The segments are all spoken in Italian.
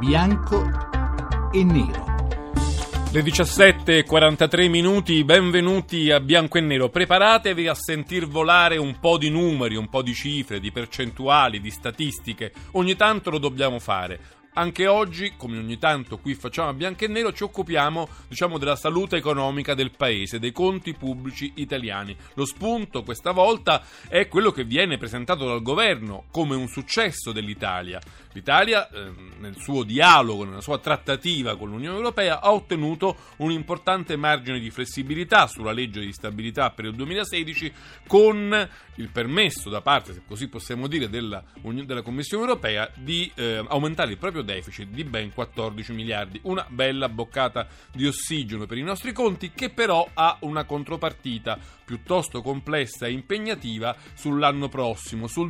bianco e nero. Le 17:43 minuti, benvenuti a Bianco e Nero. Preparatevi a sentir volare un po' di numeri, un po' di cifre, di percentuali, di statistiche. Ogni tanto lo dobbiamo fare. Anche oggi, come ogni tanto qui facciamo a Bianco e Nero, ci occupiamo, della salute economica del paese, dei conti pubblici italiani. Lo spunto questa volta è quello che viene presentato dal governo come un successo dell'Italia. L'Italia, nel suo dialogo, nella sua trattativa con l'Unione Europea, ha ottenuto un importante margine di flessibilità sulla legge di stabilità per il 2016, con il permesso da parte, se così possiamo dire, della Commissione Europea di aumentare il proprio deficit di ben 14 miliardi. Una bella boccata di ossigeno per i nostri conti, che però ha una contropartita piuttosto complessa e impegnativa sull'anno prossimo, sul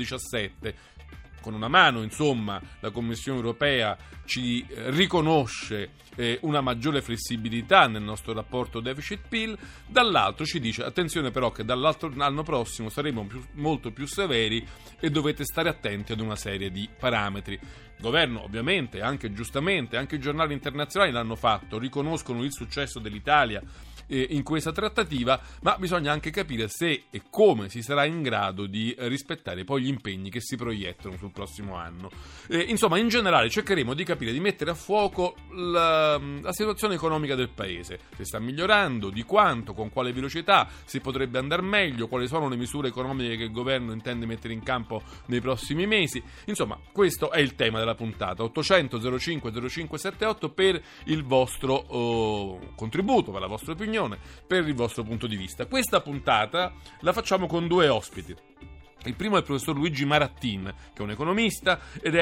2017. Con una mano, insomma, la Commissione Europea ci riconosce una maggiore flessibilità nel nostro rapporto deficit-PIL, dall'altro ci dice, attenzione però che dall'anno prossimo saremo molto più severi e dovete stare attenti ad una serie di parametri. Il governo, ovviamente, anche giustamente, anche i giornali internazionali l'hanno fatto, riconoscono il successo dell'Italia in questa trattativa, ma bisogna anche capire se e come si sarà in grado di rispettare poi gli impegni che si proiettano sul prossimo anno. Insomma, in generale cercheremo di capire, di mettere a fuoco la situazione economica del paese, se sta migliorando, di quanto, con quale velocità si potrebbe andare meglio, quali sono le misure economiche che il governo intende mettere in campo nei prossimi mesi. Insomma, questo è il tema della puntata. 800 05 0578 per il vostro contributo, per la vostra opinione, per il vostro punto di vista. Questa puntata la facciamo con due ospiti. Il primo è il professor Luigi Marattin, che è un economista ed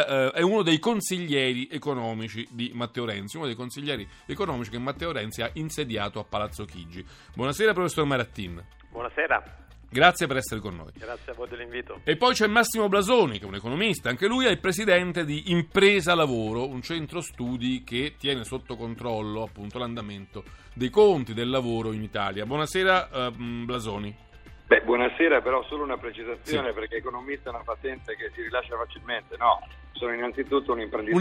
è uno dei consiglieri economici di Matteo Renzi, uno dei consiglieri economici che Matteo Renzi ha insediato a Palazzo Chigi. Buonasera, professor Marattin. Buonasera. Grazie per essere con noi. Grazie a voi dell'invito. E poi c'è Massimo Blasoni, che è un economista, anche lui è il presidente di Impresa Lavoro, un centro studi che tiene sotto controllo appunto l'andamento dei conti del lavoro in Italia. Buonasera Blasoni. Buonasera, però solo una precisazione, sì. Perché economista è una patente che si rilascia facilmente. No, sono innanzitutto un imprenditore.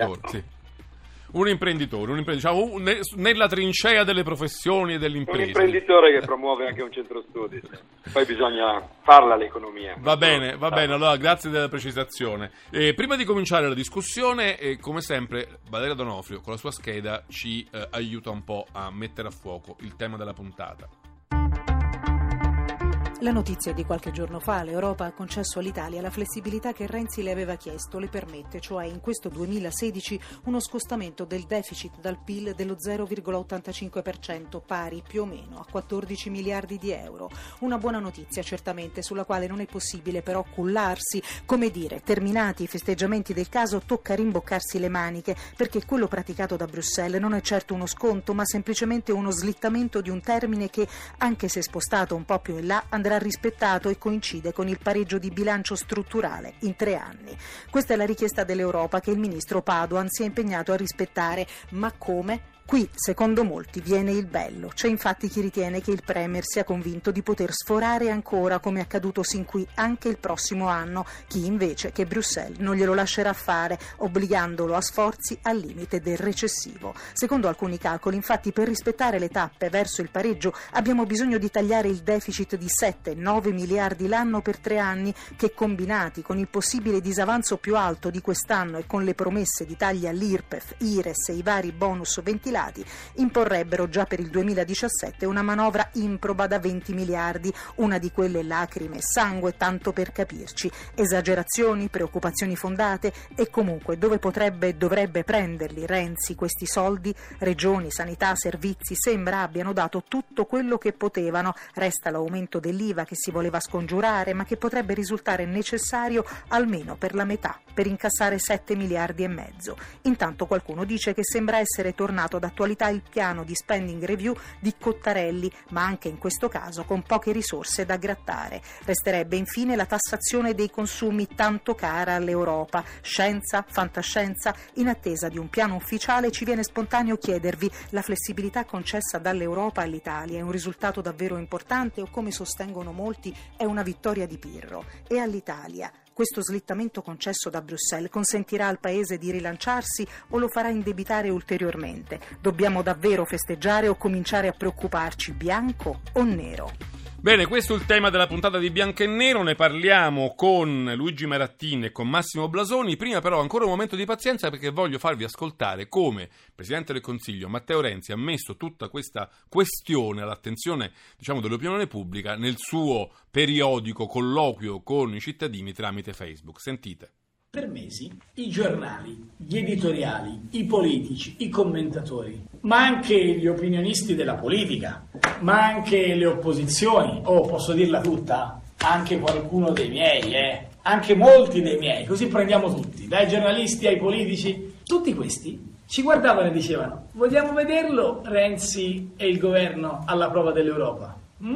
Un imprenditore, diciamo, nella trincea delle professioni e delle imprese. Un imprenditore che promuove anche un centro studi. Poi bisogna farla l'economia. Va bene, allora grazie della precisazione. Prima di cominciare la discussione, come sempre, Valeria D'Onofrio con la sua scheda ci aiuta un po' a mettere a fuoco il tema della puntata. La notizia di qualche giorno fa: l'Europa ha concesso all'Italia la flessibilità che Renzi le aveva chiesto, le permette, cioè in questo 2016, uno scostamento del deficit dal PIL dello 0,85%, pari più o meno a 14 miliardi di euro. Una buona notizia certamente, sulla quale non è possibile però cullarsi, come dire, terminati i festeggiamenti del caso tocca rimboccarsi le maniche, perché quello praticato da Bruxelles non è certo uno sconto, ma semplicemente uno slittamento di un termine che, anche se spostato un po' più in là, andrà rispettato e coincide con il pareggio di bilancio strutturale in 3 anni. Questa è la richiesta dell'Europa che il ministro Padoan si è impegnato a rispettare, ma come? Qui, secondo molti, viene il bello. C'è infatti chi ritiene che il Premier sia convinto di poter sforare ancora, come è accaduto sin qui, anche il prossimo anno, chi invece che Bruxelles non glielo lascerà fare, obbligandolo a sforzi al limite del recessivo. Secondo alcuni calcoli, infatti, per rispettare le tappe verso il pareggio abbiamo bisogno di tagliare il deficit di 7-9 miliardi l'anno per 3 anni, che combinati con il possibile disavanzo più alto di quest'anno e con le promesse di tagli all'IRPEF, IRES e i vari bonus ventilati, imporrebbero già per il 2017 una manovra improba da 20 miliardi, una di quelle lacrime e sangue, tanto per capirci. Esagerazioni, preoccupazioni fondate, e comunque dove potrebbe e dovrebbe prenderli Renzi questi soldi? Regioni, sanità, servizi, sembra abbiano dato tutto quello che potevano. Resta l'aumento dell'IVA che si voleva scongiurare, ma che potrebbe risultare necessario almeno per la metà, per incassare 7 miliardi e mezzo. Intanto qualcuno dice che sembra essere tornato ad attualità il piano di spending review di Cottarelli, ma anche in questo caso con poche risorse da grattare. Resterebbe infine la tassazione dei consumi tanto cara all'Europa. Scienza, fantascienza, in attesa di un piano ufficiale ci viene spontaneo chiedervi: la flessibilità concessa dall'Europa all'Italia è un risultato davvero importante o, come sostengono molti, è una vittoria di Pirro? E all'Italia Questo slittamento concesso da Bruxelles consentirà al Paese di rilanciarsi o lo farà indebitare ulteriormente? Dobbiamo davvero festeggiare o cominciare a preoccuparci, bianco o nero? Bene, questo è il tema della puntata di Bianco e Nero, ne parliamo con Luigi Marattin e con Massimo Blasoni. Prima però ancora un momento di pazienza, perché voglio farvi ascoltare come il Presidente del Consiglio Matteo Renzi ha messo tutta questa questione all'attenzione, dell'opinione pubblica nel suo periodico colloquio con i cittadini tramite Facebook. Sentite. Per mesi i giornali, gli editoriali, i politici, i commentatori, ma anche gli opinionisti della politica, ma anche le opposizioni, posso dirla tutta, anche qualcuno dei miei, anche molti dei miei, così prendiamo tutti, dai giornalisti ai politici, tutti questi ci guardavano e dicevano: vogliamo vederlo Renzi e il governo alla prova dell'Europa?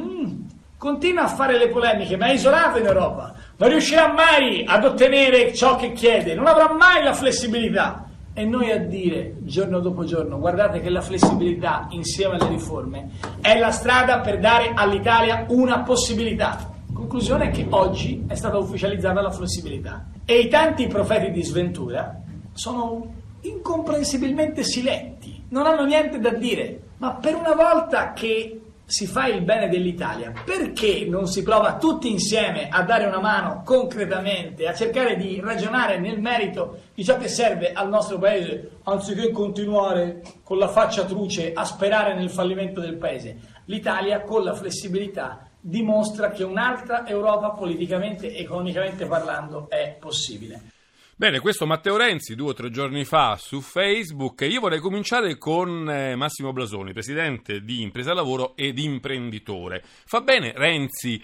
Continua a fare le polemiche, ma è isolato in Europa. Non riuscirà mai ad ottenere ciò che chiede, non avrà mai la flessibilità. E noi a dire, giorno dopo giorno, guardate che la flessibilità, insieme alle riforme, è la strada per dare all'Italia una possibilità. Conclusione è che oggi è stata ufficializzata la flessibilità. E i tanti profeti di sventura sono incomprensibilmente silenti, non hanno niente da dire. Ma per una volta che si fa il bene dell'Italia, perché non si prova tutti insieme a dare una mano concretamente, a cercare di ragionare nel merito di ciò che serve al nostro Paese, anziché continuare con la faccia truce a sperare nel fallimento del Paese? L'Italia con la flessibilità dimostra che un'altra Europa politicamente e economicamente parlando è possibile. Bene, questo Matteo Renzi 2 o 3 giorni fa su Facebook. Io vorrei cominciare con Massimo Blasoni, presidente di Impresa Lavoro ed imprenditore. Fa bene Renzi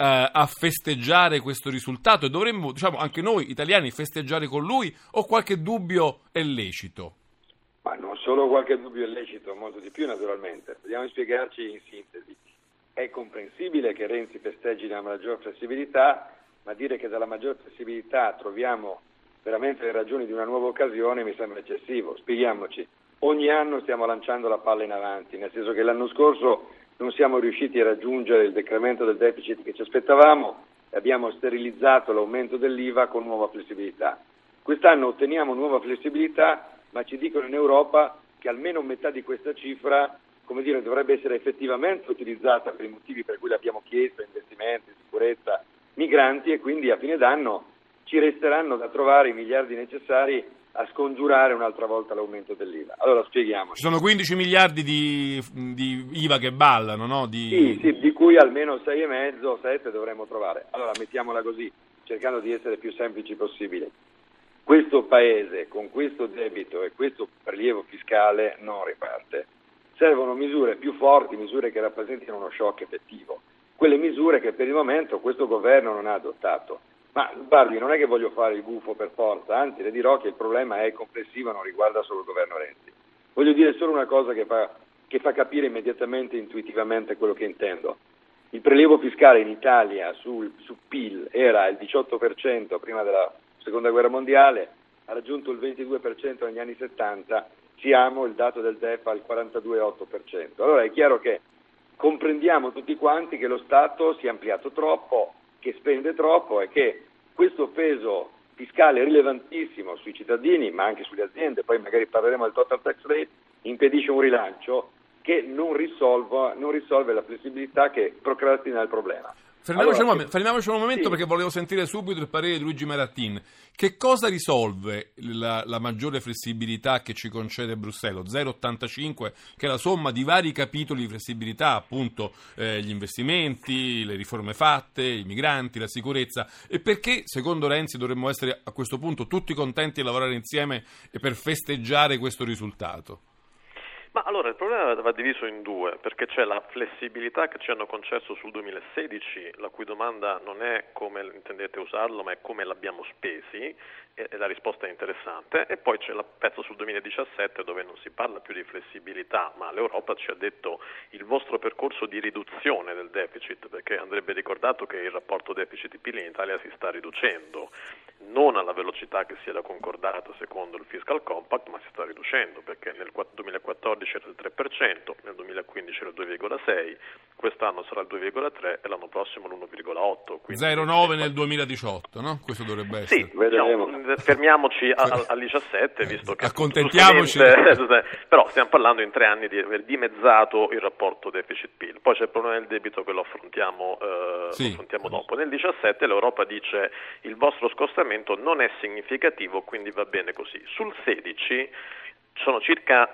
a festeggiare questo risultato, e dovremmo, anche noi italiani festeggiare con lui, o qualche dubbio è lecito? Ma non solo qualche dubbio è lecito, molto di più naturalmente. Dobbiamo spiegarci in sintesi. È comprensibile che Renzi festeggi la maggior flessibilità, ma dire che dalla maggior flessibilità troviamo veramente le ragioni di una nuova occasione mi sembra eccessivo. Spieghiamoci, ogni anno stiamo lanciando la palla in avanti, nel senso che l'anno scorso non siamo riusciti a raggiungere il decremento del deficit che ci aspettavamo e abbiamo sterilizzato l'aumento dell'IVA con nuova flessibilità. Quest'anno otteniamo nuova flessibilità, ma ci dicono in Europa che almeno metà di questa cifra, dovrebbe essere effettivamente utilizzata per i motivi per cui l'abbiamo chiesto: investimenti, sicurezza, migranti, e quindi a fine d'anno ci resteranno da trovare i miliardi necessari a scongiurare un'altra volta l'aumento dell'IVA. Allora spieghiamoci. Ci sono 15 miliardi di IVA che ballano, no? Sì, di cui almeno 6,5, 7 dovremmo trovare. Allora mettiamola così, cercando di essere più semplici possibile. Questo Paese con questo debito e questo prelievo fiscale non riparte. Servono misure più forti, misure che rappresentino uno shock effettivo. Quelle misure che per il momento questo governo non ha adottato. Ma guardi, non è che voglio fare il gufo per forza, anzi le dirò che il problema è complessivo, non riguarda solo il governo Renzi. Voglio dire solo una cosa che fa capire immediatamente, intuitivamente quello che intendo. Il prelievo fiscale in Italia su PIL era il 18% prima della Seconda Guerra Mondiale, ha raggiunto il 22% negli anni 70, siamo, il dato del DEF, al 42,8%. Allora è chiaro che comprendiamo tutti quanti che lo Stato si è ampliato troppo, che spende troppo e che questo peso fiscale rilevantissimo sui cittadini, ma anche sulle aziende, poi magari parleremo del total tax rate, impedisce un rilancio che non risolve la flessibilità, che procrastina il problema. Fermiamoci un momento, sì. Perché volevo sentire subito il parere di Luigi Marattin. Che cosa risolve la maggiore flessibilità che ci concede Bruxelles? 0,85, che è la somma di vari capitoli di flessibilità, appunto gli investimenti, le riforme fatte, i migranti, la sicurezza. E perché, secondo Renzi, dovremmo essere a questo punto tutti contenti di lavorare insieme e per festeggiare questo risultato? Ma allora il problema va diviso in due, perché c'è la flessibilità che ci hanno concesso sul 2016, la cui domanda non è come intendete usarlo, ma è come l'abbiamo spesi, e la risposta è interessante, e poi c'è il pezzo sul 2017 dove non si parla più di flessibilità, ma l'Europa ci ha detto il vostro percorso di riduzione del deficit, perché andrebbe ricordato che il rapporto deficit-PIL in Italia si sta riducendo, non alla velocità che si era concordata secondo il Fiscal Compact, ma si sta riducendo, perché nel 2014 era il 3%, nel 2015 era il 2,6%, quest'anno sarà il 2,3 e l'anno prossimo l'1,8. 0,9 nel 2018, no? Questo dovrebbe essere. Sì, diciamo, fermiamoci al 17, visto che accontentiamoci. Però stiamo parlando in 3 anni di aver dimezzato il rapporto deficit-PIL. Poi c'è il problema del debito che lo affrontiamo dopo. Nel 17 l'Europa dice il vostro scostamento non è significativo, quindi va bene così. Sul 16 sono circa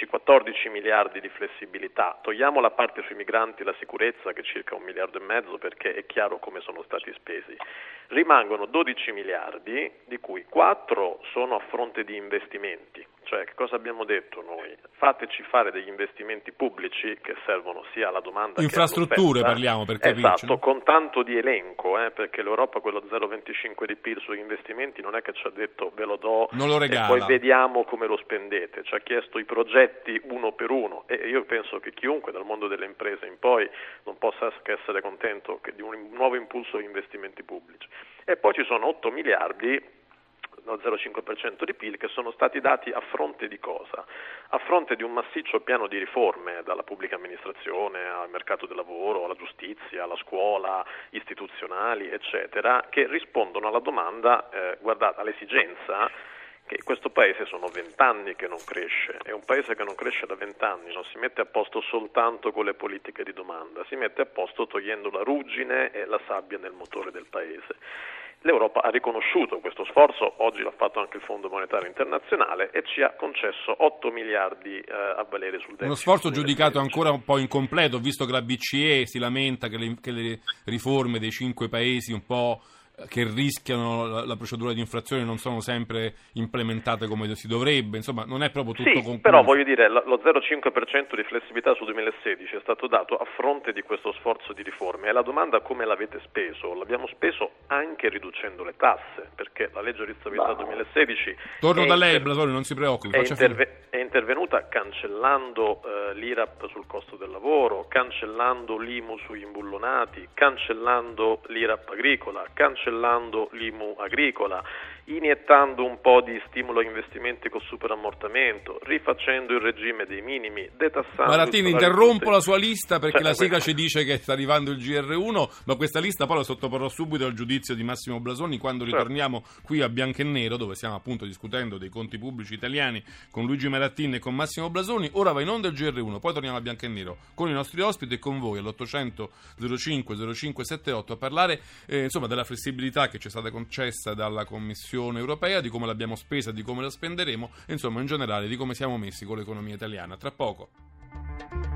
13-14 miliardi di flessibilità. Togliamo la parte sui migranti e la sicurezza, che è circa 1,5 miliardi, perché è chiaro come sono stati spesi. Rimangono 12 miliardi, di cui 4 sono a fronte di investimenti. Cioè, che cosa abbiamo detto noi? Fateci fare degli investimenti pubblici che servono sia alla domanda infrastrutture, che parliamo, per capirci. Esatto, con tanto di elenco, perché l'Europa quello 0,25 di PIL sugli investimenti non è che ci ha detto ve lo do non lo regala, e poi vediamo come lo spendete. Ci ha chiesto i progetti uno per uno e io penso che chiunque dal mondo delle imprese in poi non possa che essere contento di un nuovo impulso di investimenti pubblici. E poi ci sono 8 miliardi, lo 0,5% di PIL, che sono stati dati a fronte di cosa? A fronte di un massiccio piano di riforme, dalla pubblica amministrazione al mercato del lavoro, alla giustizia, alla scuola, istituzionali, eccetera, che rispondono alla domanda, guardate, all'esigenza che questo paese sono 20 anni che non cresce, e un paese che non cresce da 20 anni non si mette a posto soltanto con le politiche di domanda, si mette a posto togliendo la ruggine e la sabbia nel motore del paese. L'Europa ha riconosciuto questo sforzo, oggi l'ha fatto anche il Fondo Monetario Internazionale e ci ha concesso 8 miliardi a valere sul debito. Uno sforzo giudicato ancora un po' incompleto, visto che la BCE si lamenta che le riforme dei 5 paesi un po' che rischiano la procedura di infrazione non sono sempre implementate come si dovrebbe, insomma non è proprio tutto concluso. Però voglio dire, lo 0,5% di flessibilità sul 2016 è stato dato a fronte di questo sforzo di riforme, e la domanda come l'avete speso? L'abbiamo speso anche riducendo le tasse, perché la legge di stabilità 2016 torno da lei, Blasoni, non si preoccupi, è intervenuta cancellando l'IRAP sul costo del lavoro, cancellando l'IMU sugli imbullonati, cancellando l'IRAP agricola, cancellando l'IMU agricola, iniettando un po' di stimolo a investimenti con superammortamento, rifacendo il regime dei minimi, detassando... Marattini, interrompo la sua lista perché la sigla ci dice che sta arrivando il GR1, ma questa lista poi la sottoporrò subito al giudizio di Massimo Blasoni quando ritorniamo qui a Bianco e Nero, dove stiamo appunto discutendo dei conti pubblici italiani con Luigi Marattini e con Massimo Blasoni. Ora va in onda il GR1, poi torniamo a Bianco e Nero con i nostri ospiti e con voi all'800 05 0578 a parlare insomma della flessibilità che ci è stata concessa dalla Commissione europea, di come l'abbiamo spesa, di come la spenderemo, insomma in generale di come siamo messi con l'economia italiana. Tra poco.